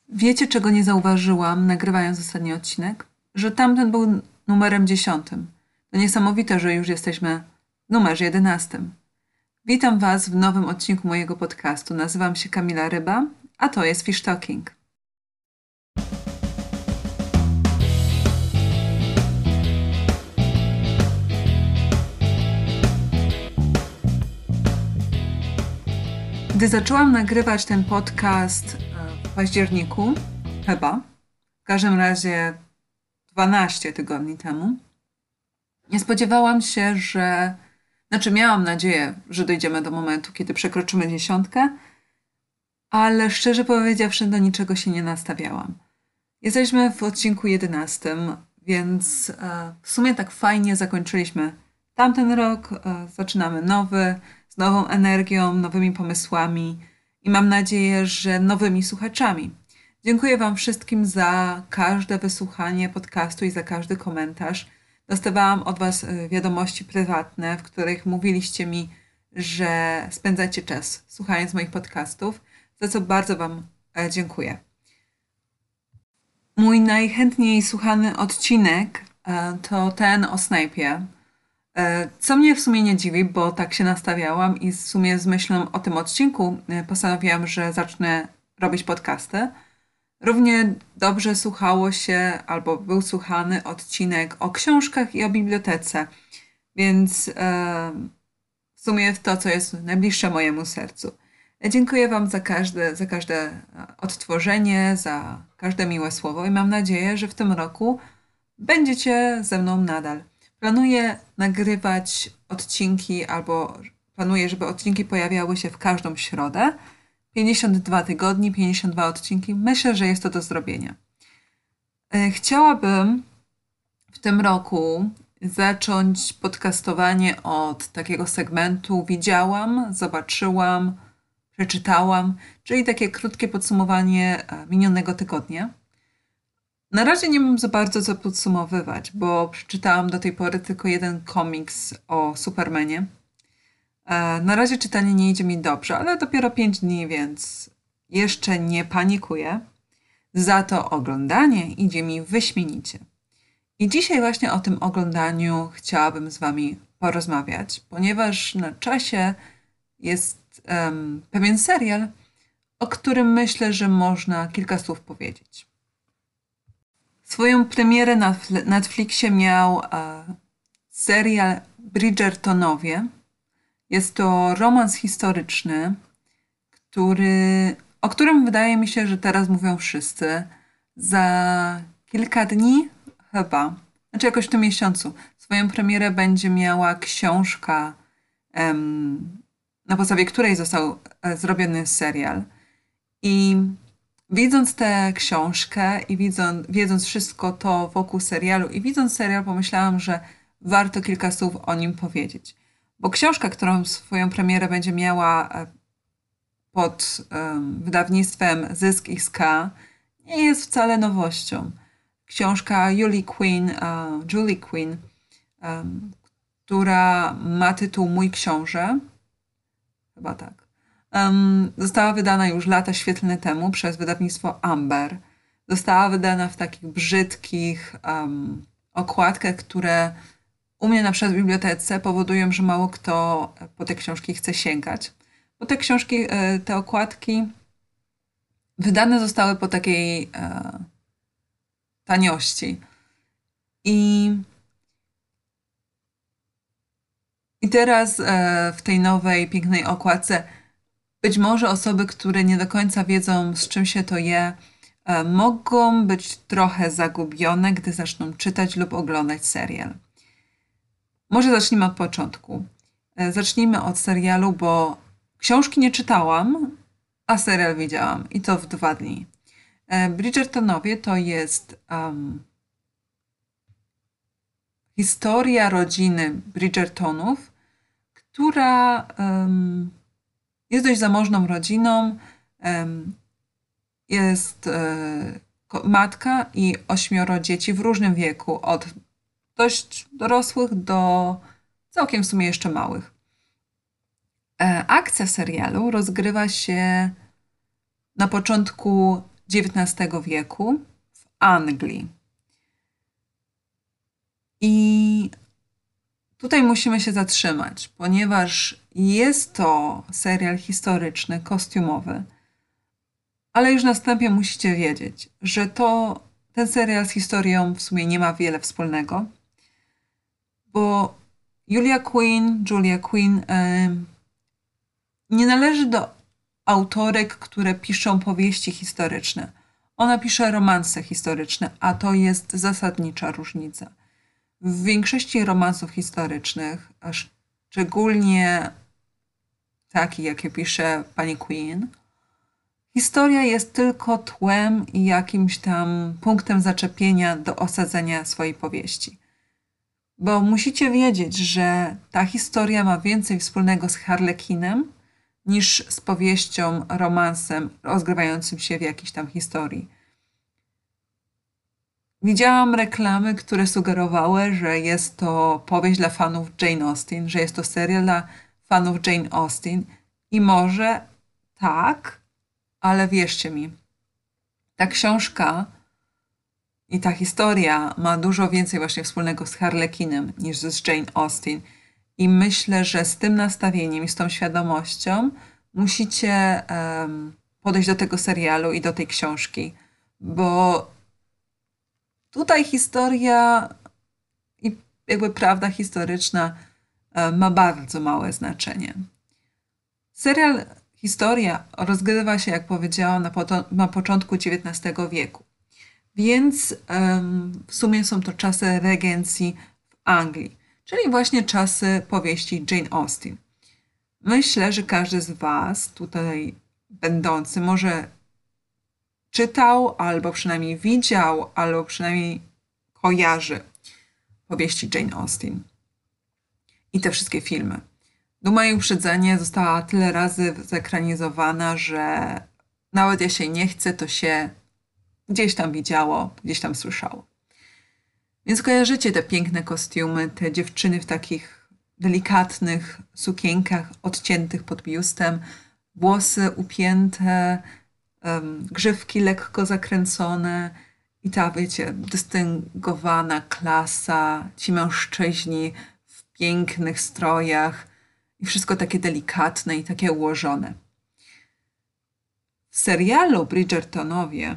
Wiecie, czego nie zauważyłam, nagrywając ostatni odcinek? Że tamten był numerem 10. To niesamowite, że już jesteśmy w numerze 11. Witam Was w nowym odcinku mojego podcastu. Nazywam się Kamila Ryba, a to jest Fish Talking. Gdy zaczęłam nagrywać ten podcast w październiku, chyba, w każdym razie 12 tygodni temu, nie spodziewałam się, miałam nadzieję, że dojdziemy do momentu, kiedy przekroczymy 10, ale szczerze powiedziawszy, do niczego się nie nastawiałam. Jesteśmy w odcinku 11, więc w sumie tak fajnie zakończyliśmy tamten rok, zaczynamy nowy, z nową energią, nowymi pomysłami i mam nadzieję, że nowymi słuchaczami. Dziękuję Wam wszystkim za każde wysłuchanie podcastu i za każdy komentarz. Dostawałam od Was wiadomości prywatne, w których mówiliście mi, że spędzacie czas słuchając moich podcastów, za co bardzo Wam dziękuję. Mój najchętniej słuchany odcinek to ten o Snape'ie, co mnie w sumie nie dziwi, bo tak się nastawiałam i w sumie z myślą o tym odcinku postanowiłam, że zacznę robić podcasty. Równie dobrze słuchało się albo był słuchany odcinek o książkach i o bibliotece, więc w sumie to, co jest najbliższe mojemu sercu. Dziękuję Wam za każde odtworzenie, za każde miłe słowo i mam nadzieję, że w tym roku będziecie ze mną nadal. Planuję nagrywać odcinki planuję, żeby odcinki pojawiały się w każdą środę. 52 tygodnie, 52 odcinki. Myślę, że jest to do zrobienia. Chciałabym w tym roku zacząć podcastowanie od takiego segmentu widziałam, zobaczyłam, przeczytałam, czyli takie krótkie podsumowanie minionego tygodnia. Na razie nie mam za bardzo co podsumowywać, bo przeczytałam do tej pory tylko jeden komiks o Supermanie. Na razie czytanie nie idzie mi dobrze, ale dopiero 5 dni, więc jeszcze nie panikuję. Za to oglądanie idzie mi wyśmienicie. I dzisiaj właśnie o tym oglądaniu chciałabym z Wami porozmawiać, ponieważ na czasie jest pewien serial, o którym myślę, że można kilka słów powiedzieć. Swoją premierę na Netflixie miał serial Bridgertonowie. Jest to romans historyczny, o którym wydaje mi się, że teraz mówią wszyscy. Za kilka dni chyba, jakoś w tym miesiącu, swoją premierę będzie miała książka, na podstawie której został zrobiony serial. I widząc tę książkę i wiedząc wszystko to wokół serialu i widząc serial, pomyślałam, że warto kilka słów o nim powiedzieć. Bo książka, którą swoją premierę będzie miała pod wydawnictwem Zysk XK, nie jest wcale nowością. Książka Julie Quinn, która ma tytuł Mój książę, chyba tak, została wydana już lata świetlne temu przez wydawnictwo Amber. Została wydana w takich brzydkich okładkach, które u mnie na przykład w bibliotece powodują, że mało kto po te książki chce sięgać. Bo te książki, te okładki wydane zostały po takiej taniości. I teraz w tej nowej, pięknej okładce być może osoby, które nie do końca wiedzą, z czym się to je, mogą być trochę zagubione, gdy zaczną czytać lub oglądać serial. Może zacznijmy od początku. Zacznijmy od serialu, bo książki nie czytałam, a serial widziałam i to w 2 dni. Bridgertonowie to jest historia rodziny Bridgertonów, która jest dość zamożną rodziną. Jest matka i 8 dzieci w różnym wieku, od dość dorosłych do całkiem w sumie jeszcze małych. Akcja serialu rozgrywa się na początku XIX wieku w Anglii. I tutaj musimy się zatrzymać, ponieważ jest to serial historyczny, kostiumowy, ale już na wstępie musicie wiedzieć, że ten serial z historią w sumie nie ma wiele wspólnego, bo Julia Quinn nie należy do autorek, które piszą powieści historyczne. Ona pisze romanse historyczne, a to jest zasadnicza różnica. W większości romansów historycznych, a szczególnie takich, jakie pisze pani Quinn, historia jest tylko tłem i jakimś tam punktem zaczepienia do osadzenia swojej powieści. Bo musicie wiedzieć, że ta historia ma więcej wspólnego z Harlekinem niż z powieścią, romansem rozgrywającym się w jakiejś tam historii. Widziałam reklamy, które sugerowały, że jest to powieść dla fanów Jane Austen, że jest to serial dla fanów Jane Austen. I może tak, ale wierzcie mi, ta książka i ta historia ma dużo więcej właśnie wspólnego z Harlekinem niż z Jane Austen. I myślę, że z tym nastawieniem i z tą świadomością musicie podejść do tego serialu i do tej książki, bo tutaj historia i jakby prawda historyczna ma bardzo małe znaczenie. Serial Historia rozgrywa się, jak powiedziałam, na początku XIX wieku. Więc w sumie są to czasy regencji w Anglii, czyli właśnie czasy powieści Jane Austen. Myślę, że każdy z Was tutaj będący może czytał, albo przynajmniej widział, albo przynajmniej kojarzy powieści Jane Austen i te wszystkie filmy. Duma i uprzedzenie została tyle razy zekranizowana, że nawet jeśli nie chce, to się gdzieś tam widziało, gdzieś tam słyszało. Więc kojarzycie te piękne kostiumy, te dziewczyny w takich delikatnych sukienkach odciętych pod biustem, włosy upięte, grzywki lekko zakręcone i ta, wiecie, dystyngowana klasa, ci mężczyźni w pięknych strojach i wszystko takie delikatne i takie ułożone. W serialu Bridgertonowie,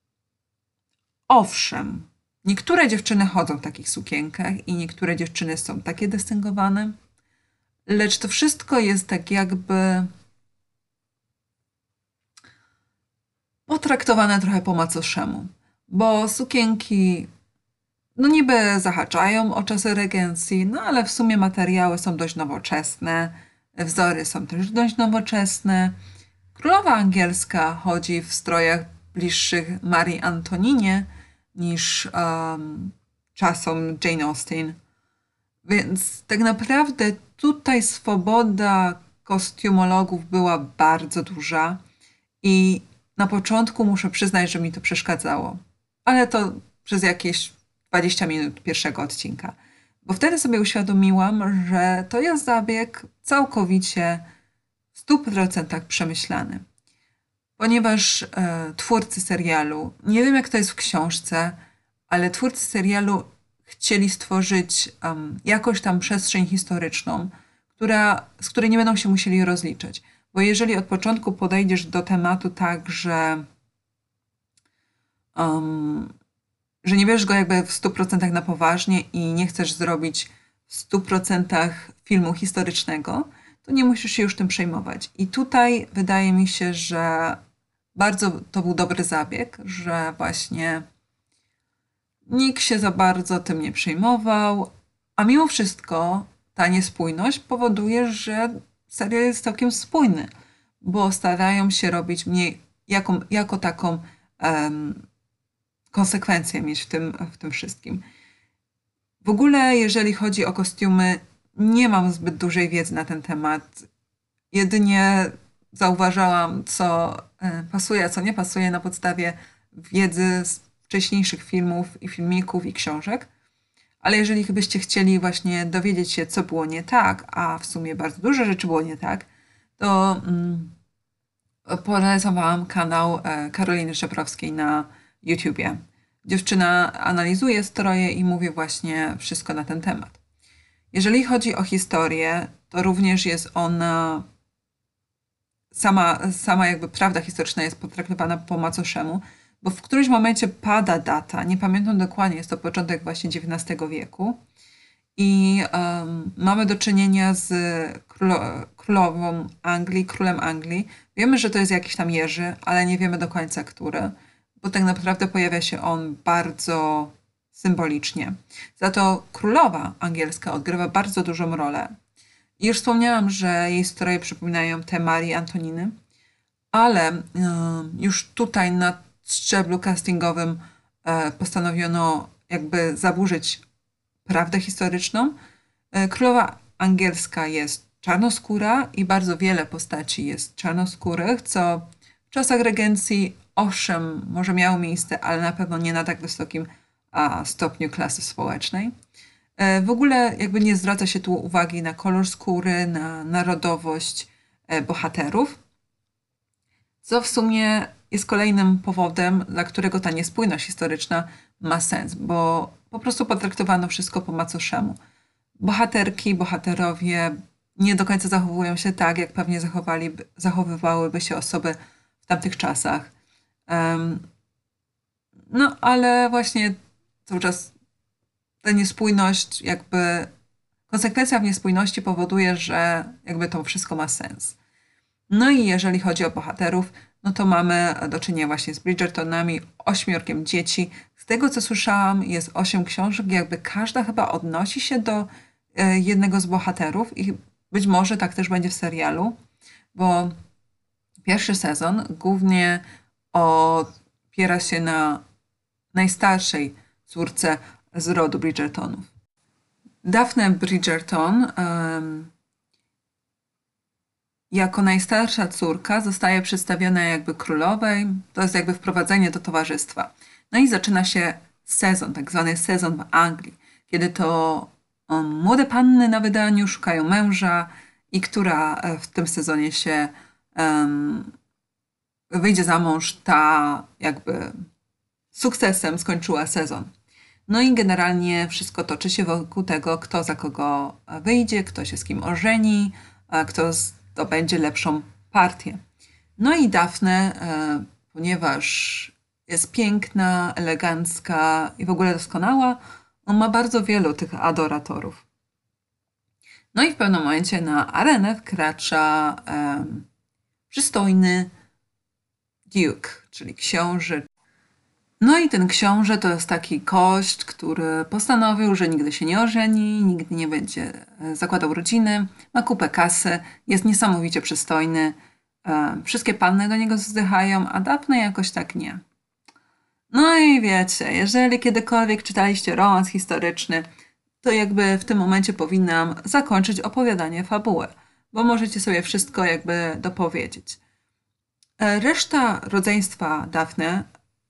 owszem, niektóre dziewczyny chodzą w takich sukienkach i niektóre dziewczyny są takie dystyngowane, lecz to wszystko jest tak jakby potraktowane trochę po macoszemu, bo sukienki no niby zahaczają o czasy regencji, no ale w sumie materiały są dość nowoczesne, wzory są też dość nowoczesne. Królowa angielska chodzi w strojach bliższych Marii Antoninie niż czasom Jane Austen. Więc tak naprawdę tutaj swoboda kostiumologów była bardzo duża i na początku muszę przyznać, że mi to przeszkadzało. Ale to przez jakieś 20 minut pierwszego odcinka. Bo wtedy sobie uświadomiłam, że to jest zabieg całkowicie w 100% przemyślany. Ponieważ twórcy serialu, nie wiem jak to jest w książce, ale twórcy serialu chcieli stworzyć jakąś tam przestrzeń historyczną, z której nie będą się musieli rozliczać. Bo jeżeli od początku podejdziesz do tematu tak, że nie bierzesz go jakby w 100% na poważnie i nie chcesz zrobić w 100% filmu historycznego, to nie musisz się już tym przejmować. I tutaj wydaje mi się, że bardzo to był dobry zabieg, że właśnie nikt się za bardzo tym nie przejmował, a mimo wszystko ta niespójność powoduje, że serial jest całkiem spójny, bo starają się robić jako taką konsekwencję mieć w tym wszystkim. W ogóle, jeżeli chodzi o kostiumy, nie mam zbyt dużej wiedzy na ten temat. Jedynie zauważałam, co pasuje, a co nie pasuje na podstawie wiedzy z wcześniejszych filmów i filmików i książek. Ale jeżeli byście chcieli właśnie dowiedzieć się, co było nie tak, a w sumie bardzo dużo rzeczy było nie tak, to Polecam wam kanał Karoliny Szeprowskiej na YouTubie. Dziewczyna analizuje stroje i mówi właśnie wszystko na ten temat. Jeżeli chodzi o historię, to również jest ona sama jakby prawda historyczna jest potraktowana po macoszemu, bo w którymś momencie pada data, nie pamiętam dokładnie, jest to początek właśnie XIX wieku i mamy do czynienia z królową Anglii, królem Anglii. Wiemy, że to jest jakiś tam Jerzy, ale nie wiemy do końca, który, bo tak naprawdę pojawia się on bardzo symbolicznie. Za to królowa angielska odgrywa bardzo dużą rolę. I już wspomniałam, że jej stroje przypominają te Marii Antoniny, ale już tutaj na szczeblu castingowym postanowiono jakby zaburzyć prawdę historyczną. Królowa angielska jest czarnoskóra i bardzo wiele postaci jest czarnoskórych, co w czasach regencji owszem może miało miejsce, ale na pewno nie na tak wysokim stopniu klasy społecznej. W ogóle jakby nie zwraca się tu uwagi na kolor skóry, na narodowość bohaterów, co w sumie jest kolejnym powodem, dla którego ta niespójność historyczna ma sens, bo po prostu potraktowano wszystko po macoszemu. Bohaterki, bohaterowie nie do końca zachowują się tak, jak pewnie zachowywałyby się osoby w tamtych czasach. No ale właśnie cały czas ta niespójność, jakby konsekwencja w niespójności powoduje, że jakby to wszystko ma sens. No i jeżeli chodzi o bohaterów, no to mamy do czynienia właśnie z Bridgertonami, 8 dzieci. Z tego co słyszałam, jest 8 książek, jakby każda chyba odnosi się do jednego z bohaterów i być może tak też będzie w serialu, bo pierwszy sezon głównie opiera się na najstarszej córce z rodu Bridgertonów. Daphne Bridgerton jako najstarsza córka zostaje przedstawiona jakby królowej. To jest jakby wprowadzenie do towarzystwa. No i zaczyna się sezon, tak zwany sezon w Anglii, kiedy to młode panny na wydaniu szukają męża i która w tym sezonie się wyjdzie za mąż, ta jakby sukcesem skończyła sezon. No i generalnie wszystko toczy się wokół tego, kto za kogo wyjdzie, kto się z kim ożeni, kto zdobędzie lepszą partię. No i Daphne, ponieważ jest piękna, elegancka i w ogóle doskonała, on ma bardzo wielu tych adoratorów. No i w pewnym momencie na arenę wkracza przystojny Duke, czyli książę. No i ten książę to jest taki gość, który postanowił, że nigdy się nie ożeni, nigdy nie będzie zakładał rodziny, ma kupę kasy, jest niesamowicie przystojny. Wszystkie panny do niego wzdychają, a Daphne jakoś tak nie. No i wiecie, jeżeli kiedykolwiek czytaliście romans historyczny, to jakby w tym momencie powinnam zakończyć opowiadanie fabuły, bo możecie sobie wszystko jakby dopowiedzieć. Reszta rodzeństwa Daphne,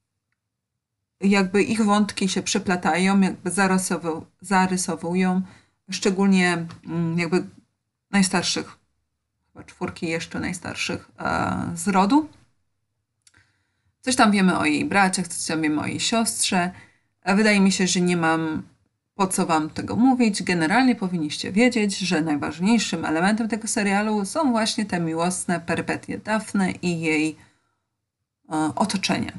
jakby ich wątki się przeplatają, jakby zarysowują, szczególnie jakby najstarszych, chyba 4 jeszcze najstarszych z rodu. Coś tam wiemy o jej braciach, coś tam wiemy o jej siostrze. Wydaje mi się, że nie mam po co wam tego mówić. Generalnie powinniście wiedzieć, że najważniejszym elementem tego serialu są właśnie te miłosne perypetie Daphne i jej otoczenia.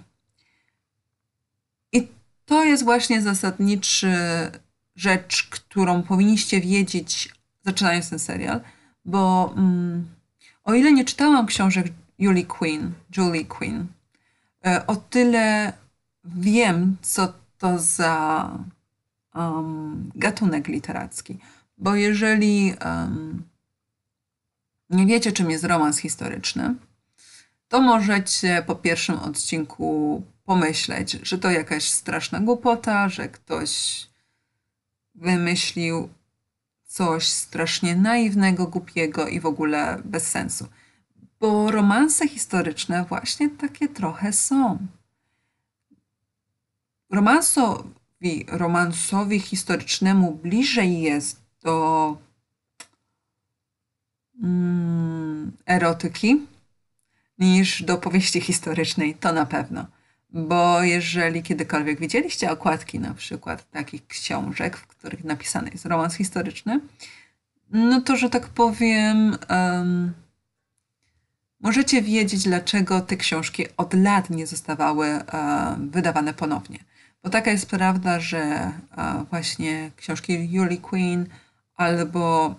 I to jest właśnie zasadniczy rzecz, którą powinniście wiedzieć, zaczynając ten serial, bo o ile nie czytałam książek Julie Quinn, o tyle wiem, co to za gatunek literacki. Bo jeżeli nie wiecie, czym jest romans historyczny, to możecie po pierwszym odcinku pomyśleć, że to jakaś straszna głupota, że ktoś wymyślił coś strasznie naiwnego, głupiego i w ogóle bez sensu. Bo romanse historyczne właśnie takie trochę są. Romansowi historycznemu bliżej jest do erotyki, niż do powieści historycznej, to na pewno. Bo jeżeli kiedykolwiek widzieliście okładki na przykład takich książek, w których napisany jest romans historyczny, no to, że tak powiem, możecie wiedzieć, dlaczego te książki od lat nie zostawały wydawane ponownie. Bo taka jest prawda, że właśnie książki Julie Quinn albo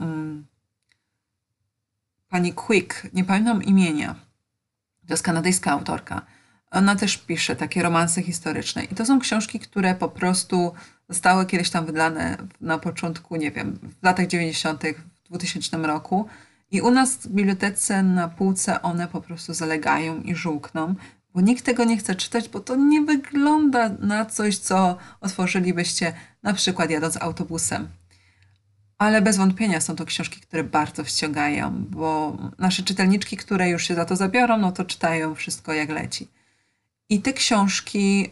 pani Quick, nie pamiętam imienia, to jest kanadyjska autorka. Ona też pisze takie romanse historyczne. I to są książki, które po prostu zostały kiedyś tam wydane na początku, nie wiem, w latach 90., w 2000 roku. I u nas w bibliotece na półce one po prostu zalegają i żółkną, bo nikt tego nie chce czytać, bo to nie wygląda na coś, co otworzylibyście na przykład jadąc autobusem. Ale bez wątpienia są to książki, które bardzo wciągają, bo nasze czytelniczki, które już się za to zabiorą, no to czytają wszystko jak leci. I te książki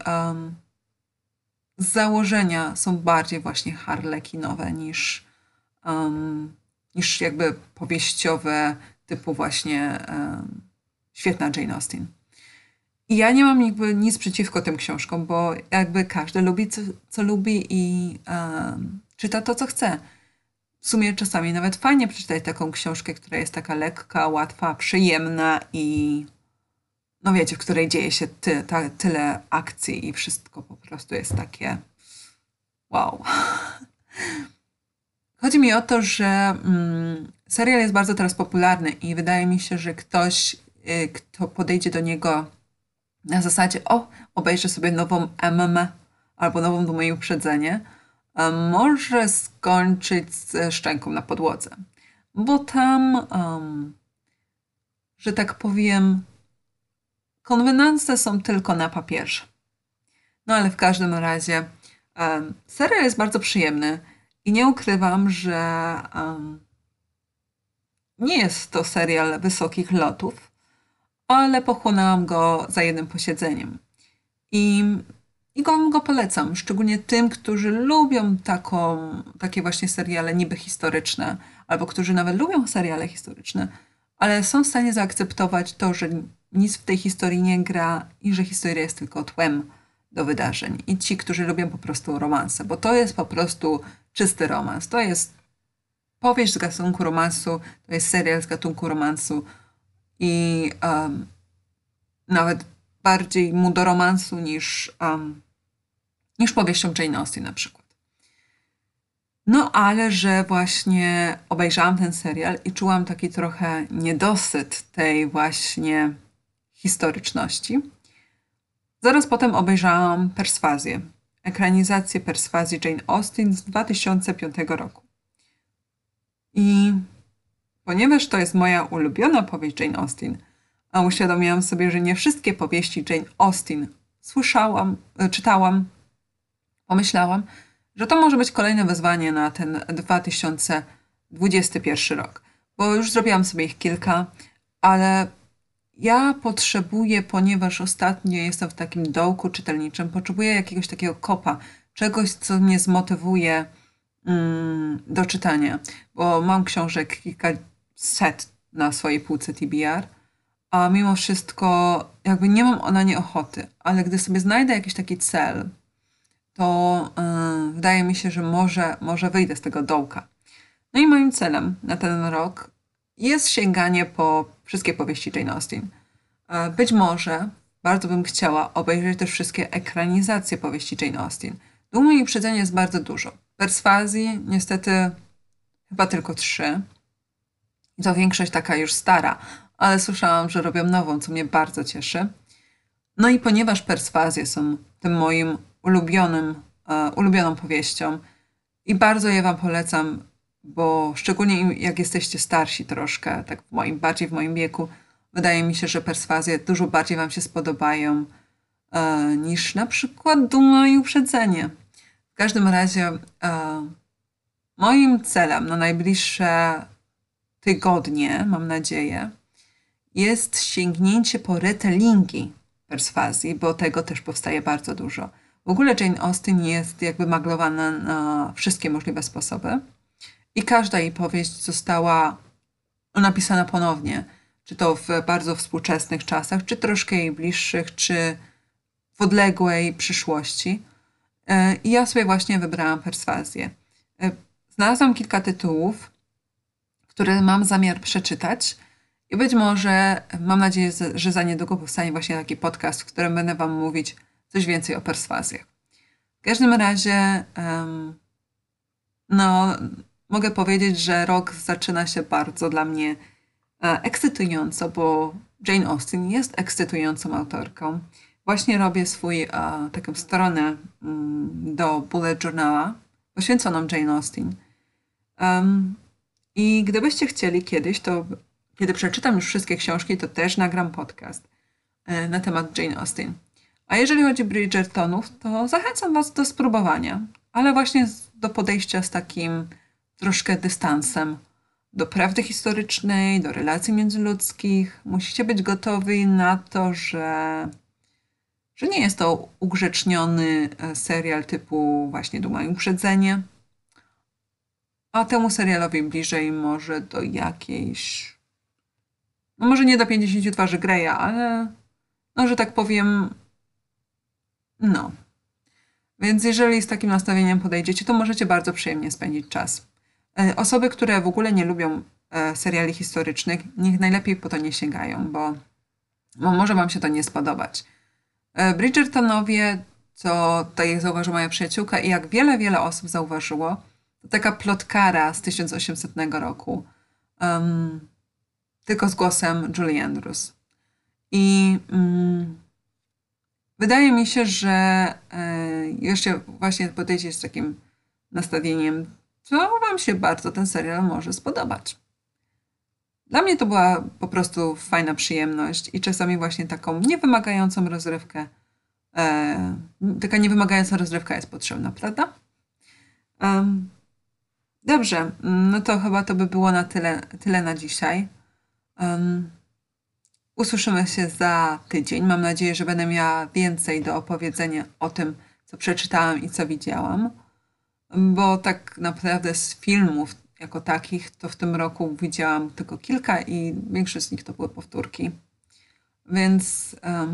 z założenia są bardziej właśnie harlekinowe niż jakby powieściowe typu właśnie świetna Jane Austen. I ja nie mam jakby nic przeciwko tym książkom, bo jakby każdy lubi co lubi i czyta to, co chce. W sumie czasami nawet fajnie przeczytać taką książkę, która jest taka lekka, łatwa, przyjemna i no wiecie, w której dzieje się tyle akcji i wszystko po prostu jest takie wow. Chodzi mi o to, że serial jest bardzo teraz popularny i wydaje mi się, że ktoś, kto podejdzie do niego na zasadzie obejrzę sobie nową MM albo nową Do moje uprzedzenie, może skończyć ze szczęką na podłodze. Bo tam, że tak powiem, konwenanse są tylko na papierze. No ale w każdym razie serial jest bardzo przyjemny i nie ukrywam, że nie jest to serial wysokich lotów, ale pochłonęłam go za jednym posiedzeniem. I go polecam, szczególnie tym, którzy lubią takie właśnie seriale niby historyczne, albo którzy nawet lubią seriale historyczne, ale są w stanie zaakceptować to, że nic w tej historii nie gra i że historia jest tylko tłem do wydarzeń. I ci, którzy lubią po prostu romanse, bo to jest po prostu czysty romans. To jest powieść z gatunku romansu, to jest serial z gatunku romansu i nawet bardziej mu do romansu niż powieścią Jane Austen na przykład. No ale że właśnie obejrzałam ten serial i czułam taki trochę niedosyt tej właśnie historyczności. Zaraz potem obejrzałam Perswazję, ekranizację Perswazji Jane Austen z 2005 roku. I ponieważ to jest moja ulubiona powieść Jane Austen, a uświadomiłam sobie, że nie wszystkie powieści Jane Austen czytałam, pomyślałam, że to może być kolejne wyzwanie na ten 2021 rok. Bo już zrobiłam sobie ich kilka, ale ja potrzebuję, ponieważ ostatnio jestem w takim dołku czytelniczym, potrzebuję jakiegoś takiego kopa, czegoś, co mnie zmotywuje do czytania. Bo mam książek kilkaset na swojej półce TBR, a mimo wszystko jakby nie mam na nie ochoty. Ale gdy sobie znajdę jakiś taki cel, to wydaje mi się, że może wyjdę z tego dołka. No i moim celem na ten rok jest sięganie po wszystkie powieści Jane Austen. Być może bardzo bym chciała obejrzeć też wszystkie ekranizacje powieści Jane Austen. Do mojej uprzedzenia jest bardzo dużo. Perswazji niestety chyba tylko 3. I to większość taka już stara, ale słyszałam, że robią nową, co mnie bardzo cieszy. No i ponieważ Perswazje są tym moim ulubioną powieścią i bardzo je wam polecam, bo szczególnie jak jesteście starsi troszkę, tak bardziej w moim wieku, wydaje mi się, że Perswazje dużo bardziej wam się spodobają niż na przykład Duma i Uprzedzenie. W każdym razie moim celem na najbliższe tygodnie, mam nadzieję, jest sięgnięcie po retellingi Perswazji, bo tego też powstaje bardzo dużo. W ogóle Jane Austen jest jakby maglowana na wszystkie możliwe sposoby i każda jej powieść została napisana ponownie. czy to w bardzo współczesnych czasach, czy troszkę jej bliższych, czy w odległej przyszłości. I ja sobie właśnie wybrałam perswazję. Znalazłam kilka tytułów, które mam zamiar przeczytać i być może, mam nadzieję, że za niedługo powstanie właśnie taki podcast, w którym będę Wam mówić coś więcej o perswazjach. W każdym razie, mogę powiedzieć, że rok zaczyna się bardzo dla mnie ekscytująco, bo Jane Austen jest ekscytującą autorką. Właśnie robię taką stronę do Bullet Journala poświęconą Jane Austen. I gdybyście chcieli kiedyś, to kiedy przeczytam już wszystkie książki, to też nagram podcast na temat Jane Austen. A jeżeli chodzi o Bridgertonów, to zachęcam Was do spróbowania, ale właśnie do podejścia z takim troszkę dystansem do prawdy historycznej, do relacji międzyludzkich. Musicie być gotowi na to, że nie jest to ugrzeczniony serial typu właśnie Duma i Uprzedzenie, a temu serialowi bliżej może do jakiejś... No może nie do 50 twarzy Greya, ale że tak powiem, Więc jeżeli z takim nastawieniem podejdziecie, to możecie bardzo przyjemnie spędzić czas. Osoby, które w ogóle nie lubią seriali historycznych, niech najlepiej po to nie sięgają, bo może Wam się to nie spodobać. Bridgertonowie, co tutaj zauważyła moja przyjaciółka i jak wiele osób zauważyło, to taka plotkara z 1800 roku, tylko z głosem Julie Andrews. I wydaje mi się, że jeszcze właśnie podejdziecie z takim nastawieniem, to Wam się bardzo ten serial może spodobać. Dla mnie to była po prostu fajna przyjemność i czasami właśnie taką niewymagającą rozrywkę. Taka niewymagająca rozrywka jest potrzebna, prawda? Dobrze, no to chyba to by było na tyle na dzisiaj. Usłyszymy się za tydzień. Mam nadzieję, że będę miała więcej do opowiedzenia o tym, co przeczytałam i co widziałam. Bo tak naprawdę z filmów jako takich, to w tym roku widziałam tylko kilka i większość z nich to były powtórki. Więc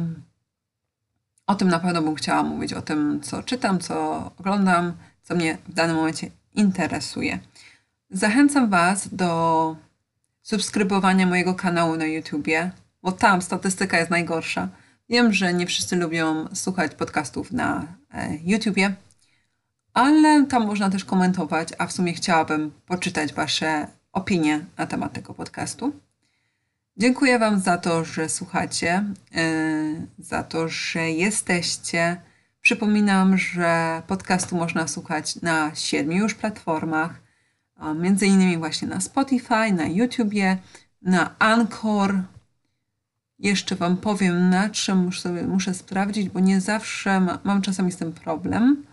o tym na pewno bym chciała mówić, o tym, co czytam, co oglądam, co mnie w danym momencie interesuje. Zachęcam Was do subskrybowania mojego kanału na YouTubie, bo tam statystyka jest najgorsza. Wiem, że nie wszyscy lubią słuchać podcastów na YouTubie, ale tam można też komentować, a w sumie chciałabym poczytać Wasze opinie na temat tego podcastu. Dziękuję Wam za to, że słuchacie, za to, że jesteście. Przypominam, że podcastu można słuchać na 7 już platformach, między innymi właśnie na Spotify, na YouTubie, na Anchor. Jeszcze Wam powiem, na czym muszę sprawdzić, bo nie zawsze mam czasami z tym problem.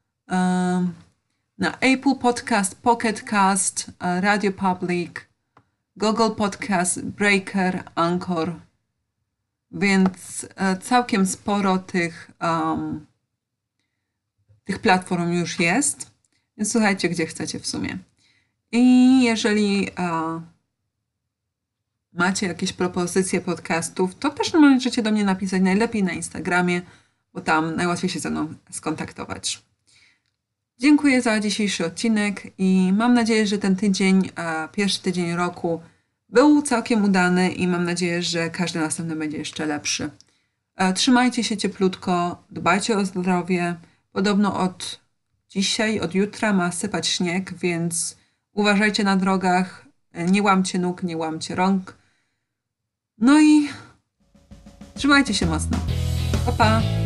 Na Apple Podcast, Pocket Cast, Radio Public, Google Podcast, Breaker, Anchor. Więc całkiem sporo tych platform już jest. Więc słuchajcie, gdzie chcecie w sumie. I jeżeli macie jakieś propozycje podcastów, to też możecie do mnie napisać najlepiej na Instagramie, bo tam najłatwiej się ze mną skontaktować. Dziękuję za dzisiejszy odcinek i mam nadzieję, że ten tydzień, pierwszy tydzień roku był całkiem udany i mam nadzieję, że każdy następny będzie jeszcze lepszy. Trzymajcie się cieplutko, dbajcie o zdrowie. Podobno od jutra ma sypać śnieg, więc uważajcie na drogach, nie łamcie nóg, nie łamcie rąk. No i trzymajcie się mocno. Pa, pa!